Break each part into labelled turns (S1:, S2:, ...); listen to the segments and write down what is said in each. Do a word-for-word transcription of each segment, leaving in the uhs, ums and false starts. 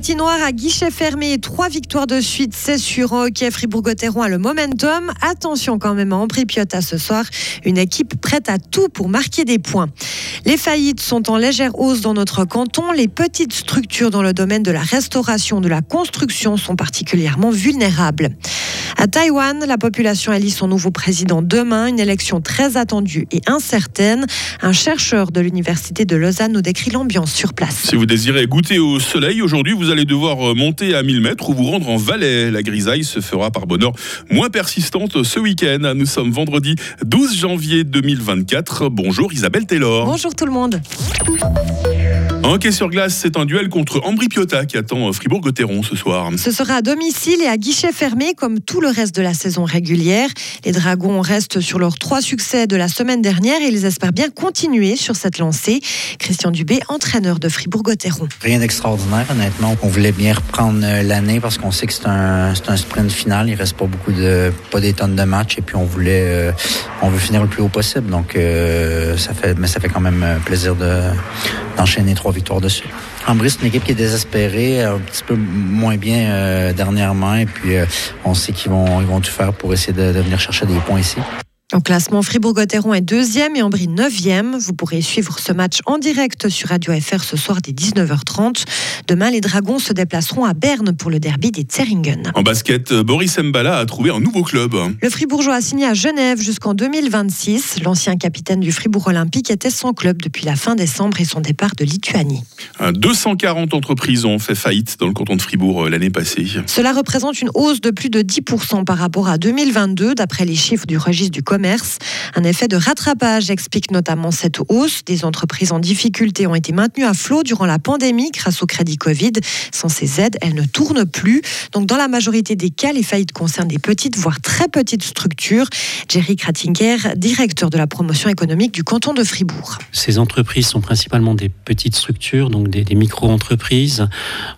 S1: patinoire à guichet fermé et trois victoires de suite, c'est sûr. En hockey, Fribourg-Gotteron a le momentum. Attention quand même à Ambri Piotta ce soir. Une équipe prête à tout pour marquer des points. Les faillites sont en légère hausse dans notre canton. Les petites structures dans le domaine de la restauration, de la construction sont particulièrement vulnérables. À Taïwan, la population élit son nouveau président demain. Une élection très attendue et incertaine. Un chercheur de l'université de Lausanne nous décrit l'ambiance sur place.
S2: Si vous désirez goûter au soleil, aujourd'hui, vous allez devoir monter à mille mètres ou vous rendre en Valais. La grisaille se fera par bonheur moins persistante ce week-end. Nous sommes vendredi douze janvier deux mille vingt-quatre. Bonjour Isabelle Taylor.
S1: Bonjour tout le monde.
S2: En hockey sur glace, c'est un duel contre Ambri Piotta qui attend Fribourg-Gotteron ce soir.
S1: Ce sera à domicile et à guichet fermé comme tout le reste de la saison régulière. Les Dragons restent sur leurs trois succès de la semaine dernière et ils espèrent bien continuer sur cette lancée. Christian Dubé, entraîneur de Fribourg-Gotteron.
S3: Rien d'extraordinaire, honnêtement. On voulait bien reprendre l'année parce qu'on sait que c'est un, c'est un sprint final. Il reste pas beaucoup de, pas des tonnes de matchs et puis on voulait, euh, on veut finir le plus haut possible. Donc, euh, ça fait, mais ça fait quand même plaisir de, d'enchaîner trois victoires dessus. Ambri, c'est une équipe qui est désespérée, un petit peu moins bien euh, dernièrement, et puis euh, on sait qu'ils vont, ils vont tout faire pour essayer de, de venir chercher des points ici.
S1: Au classement, Fribourg-Gotteron est deuxième et Ambri neuvième. Vous pourrez suivre ce match en direct sur Radio F R ce soir dès dix-neuf heures trente. Demain, les Dragons se déplaceront à Berne pour le derby des Zeringen.
S2: En basket, Boris Mbala a trouvé un nouveau club.
S1: Le Fribourgeois a signé à Genève jusqu'en deux mille vingt-six. L'ancien capitaine du Fribourg Olympique était sans club depuis la fin décembre et son départ de Lituanie.
S2: deux cent quarante entreprises ont fait faillite dans le canton de Fribourg l'année passée.
S1: Cela représente une hausse de plus de dix pour cent par rapport à deux mille vingt-deux, d'après les chiffres du registre du commerce. Un effet de rattrapage explique notamment cette hausse. Des entreprises en difficulté ont été maintenues à flot durant la pandémie grâce au crédit Covid. Sans ces aides, elles ne tournent plus. Donc dans la majorité des cas, les faillites concernent des petites, voire très petites structures. Jerry Krattinger, directeur de la promotion économique du canton de Fribourg.
S4: Ces entreprises sont principalement des petites structures, donc des, des micro-entreprises.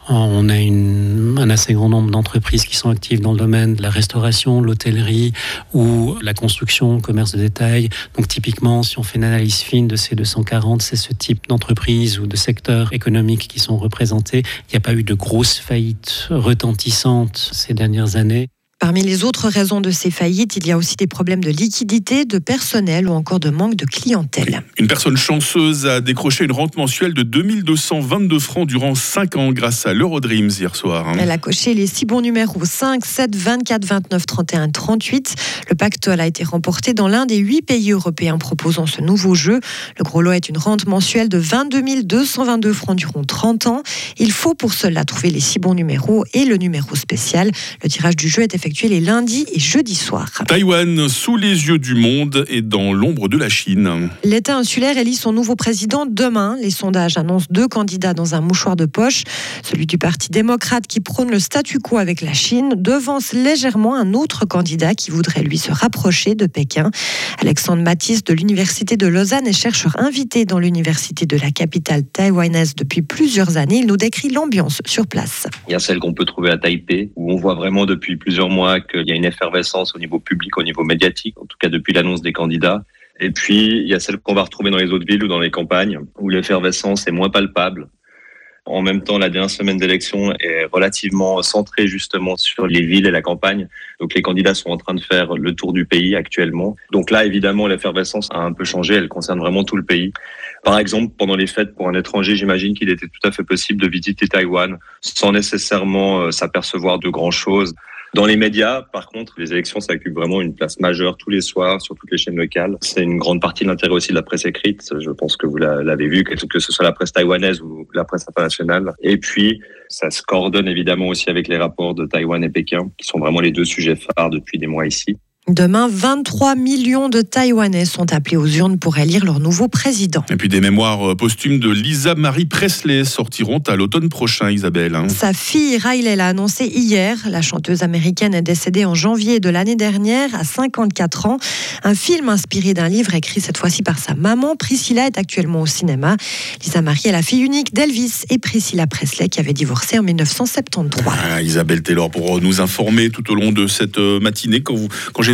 S4: On a une, un assez grand nombre d'entreprises qui sont actives dans le domaine de la restauration, l'hôtellerie ou la construction, commerce de détail. Donc typiquement, si on fait une analyse fine de ces deux cent quarante, c'est ce type d'entreprise ou de secteurs économiques qui sont représentés. Il n'y a pas eu de grosses faillites retentissantes ces dernières années.
S1: Parmi les autres raisons de ces faillites, il y a aussi des problèmes de liquidité, de personnel ou encore de manque de clientèle.
S2: Une personne chanceuse a décroché une rente mensuelle de deux mille deux cent vingt-deux francs durant cinq ans grâce à l'Eurodreams hier soir.
S1: Elle a coché les six bons numéros cinq, sept, vingt-quatre, vingt-neuf, trente et un, trente-huit. Le pactole a été remporté dans l'un des huit pays européens proposant ce nouveau jeu. Le gros lot est une rente mensuelle de vingt-deux mille deux cent vingt-deux francs durant trente ans. Il faut pour cela trouver les six bons numéros et le numéro spécial. Le tirage du jeu est effectué les lundis et jeudis soirs.
S2: Taïwan, sous les yeux du monde et dans l'ombre de la Chine.
S1: L'État insulaire élit son nouveau président demain. Les sondages annoncent deux candidats dans un mouchoir de poche. Celui du Parti démocrate qui prône le statu quo avec la Chine devance légèrement un autre candidat qui voudrait lui se rapprocher de Pékin. Alexandre Matisse de l'Université de Lausanne est chercheur invité dans l'université de la capitale taïwanaise depuis plusieurs années. Il nous décrit l'ambiance sur place.
S5: Il y a celle qu'on peut trouver à Taipei, où on voit vraiment depuis plusieurs mois qu'il y a une effervescence au niveau public, au niveau médiatique, en tout cas depuis l'annonce des candidats. Et puis, il y a celle qu'on va retrouver dans les autres villes ou dans les campagnes, où l'effervescence est moins palpable. En même temps, la dernière semaine d'élection est relativement centrée justement sur les villes et la campagne. Donc les candidats sont en train de faire le tour du pays actuellement. Donc là, évidemment, l'effervescence a un peu changé. Elle concerne vraiment tout le pays. Par exemple, pendant les fêtes, pour un étranger, j'imagine qu'il était tout à fait possible de visiter Taïwan sans nécessairement euh, s'apercevoir de grand-chose. Dans les médias, par contre, les élections, ça occupe vraiment une place majeure tous les soirs sur toutes les chaînes locales. C'est une grande partie de l'intérêt aussi de la presse écrite. Je pense que vous l'avez vu, que ce soit la presse taïwanaise ou la presse internationale. Et puis, ça se coordonne évidemment aussi avec les rapports de Taïwan et Pékin, qui sont vraiment les deux sujets phares depuis des mois ici.
S1: Demain, vingt-trois millions de Taïwanais sont appelés aux urnes pour élire leur nouveau président.
S2: Et puis des mémoires posthumes de Lisa Marie Presley sortiront à l'automne prochain, Isabelle.
S1: Sa fille Riley l'a annoncé hier. La chanteuse américaine est décédée en janvier de l'année dernière à cinquante-quatre ans. Un film inspiré d'un livre écrit cette fois-ci par sa maman, Priscilla, est actuellement au cinéma. Lisa Marie est la fille unique d'Elvis et Priscilla Presley qui avait divorcé en dix-neuf cent soixante-treize.
S2: Ah, Isabelle Taylor pour nous informer tout au long de cette matinée. Quand, vous, quand j'ai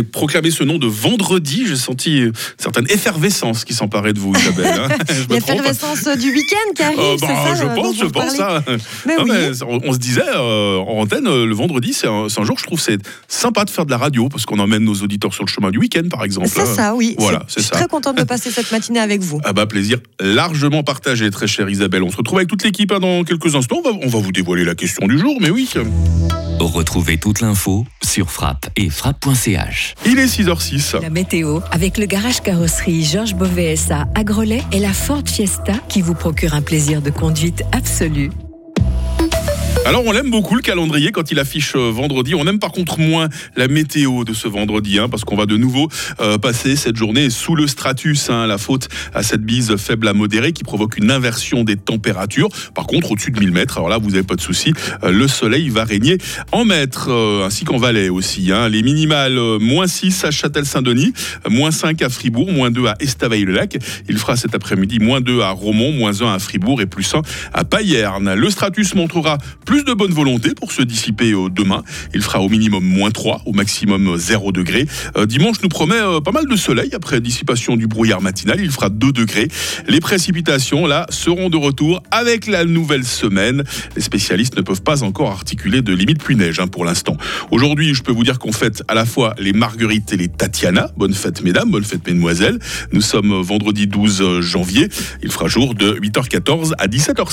S2: proclamé ce nom de vendredi. J'ai senti une certaine effervescence qui s'emparait de vous, Isabelle. Hein.
S1: L'effervescence du week-end qui arrive,
S2: euh, bah,
S1: c'est ça?
S2: Je pense, je pense. Hein.
S1: Mais
S2: non,
S1: oui.
S2: mais on, on se disait euh, en antenne, le vendredi, c'est un, c'est un jour, je trouve, c'est sympa de faire de la radio parce qu'on emmène nos auditeurs sur le chemin du week-end, par exemple.
S1: C'est ça, oui.
S2: Voilà,
S1: c'est,
S2: c'est
S1: je suis
S2: ça.
S1: très contente de passer cette matinée avec vous.
S2: Ah bah, plaisir largement partagé, très chère Isabelle. On se retrouve avec toute l'équipe hein, dans quelques instants. On va, on va vous dévoiler la question du jour, mais oui.
S6: Retrouvez toute l'info sur frappe et frappe point c h.
S2: Il est six heures six.
S7: La météo, avec le garage carrosserie Georges Beauvais S A à Grelais et la Ford Fiesta qui vous procure un plaisir de conduite absolu.
S2: Alors on l'aime beaucoup le calendrier quand il affiche euh, vendredi. On aime par contre moins la météo de ce vendredi hein, parce qu'on va de nouveau euh, passer cette journée sous le stratus. Hein, la faute à cette bise faible à modérée qui provoque une inversion des températures. Par contre au-dessus de mille mètres, alors là vous n'avez pas de souci, euh, le soleil va régner en mètres euh, ainsi qu'en Valais aussi. Hein. Les minimales, euh, moins six à Châtel-Saint-Denis, euh, moins cinq à Fribourg, moins deux à Estavayer-le-Lac. Il fera cet après-midi moins deux à Romont, moins un à Fribourg et plus un à Payerne. Le stratus montrera plus de bonne volonté pour se dissiper euh, demain. Il fera au minimum moins trois, au maximum zéro degré. Euh, dimanche nous promet euh, pas mal de soleil après dissipation du brouillard matinal. Il fera deux degrés. Les précipitations, là, seront de retour avec la nouvelle semaine. Les spécialistes ne peuvent pas encore articuler de limite pluie-neige hein, pour l'instant. Aujourd'hui, je peux vous dire qu'on fête à la fois les Marguerites et les Tatiana. Bonne fête, mesdames, bonne fête, mesdemoiselles. Nous sommes vendredi douze janvier. Il fera jour de huit heures quatorze à dix-sept heures cinq.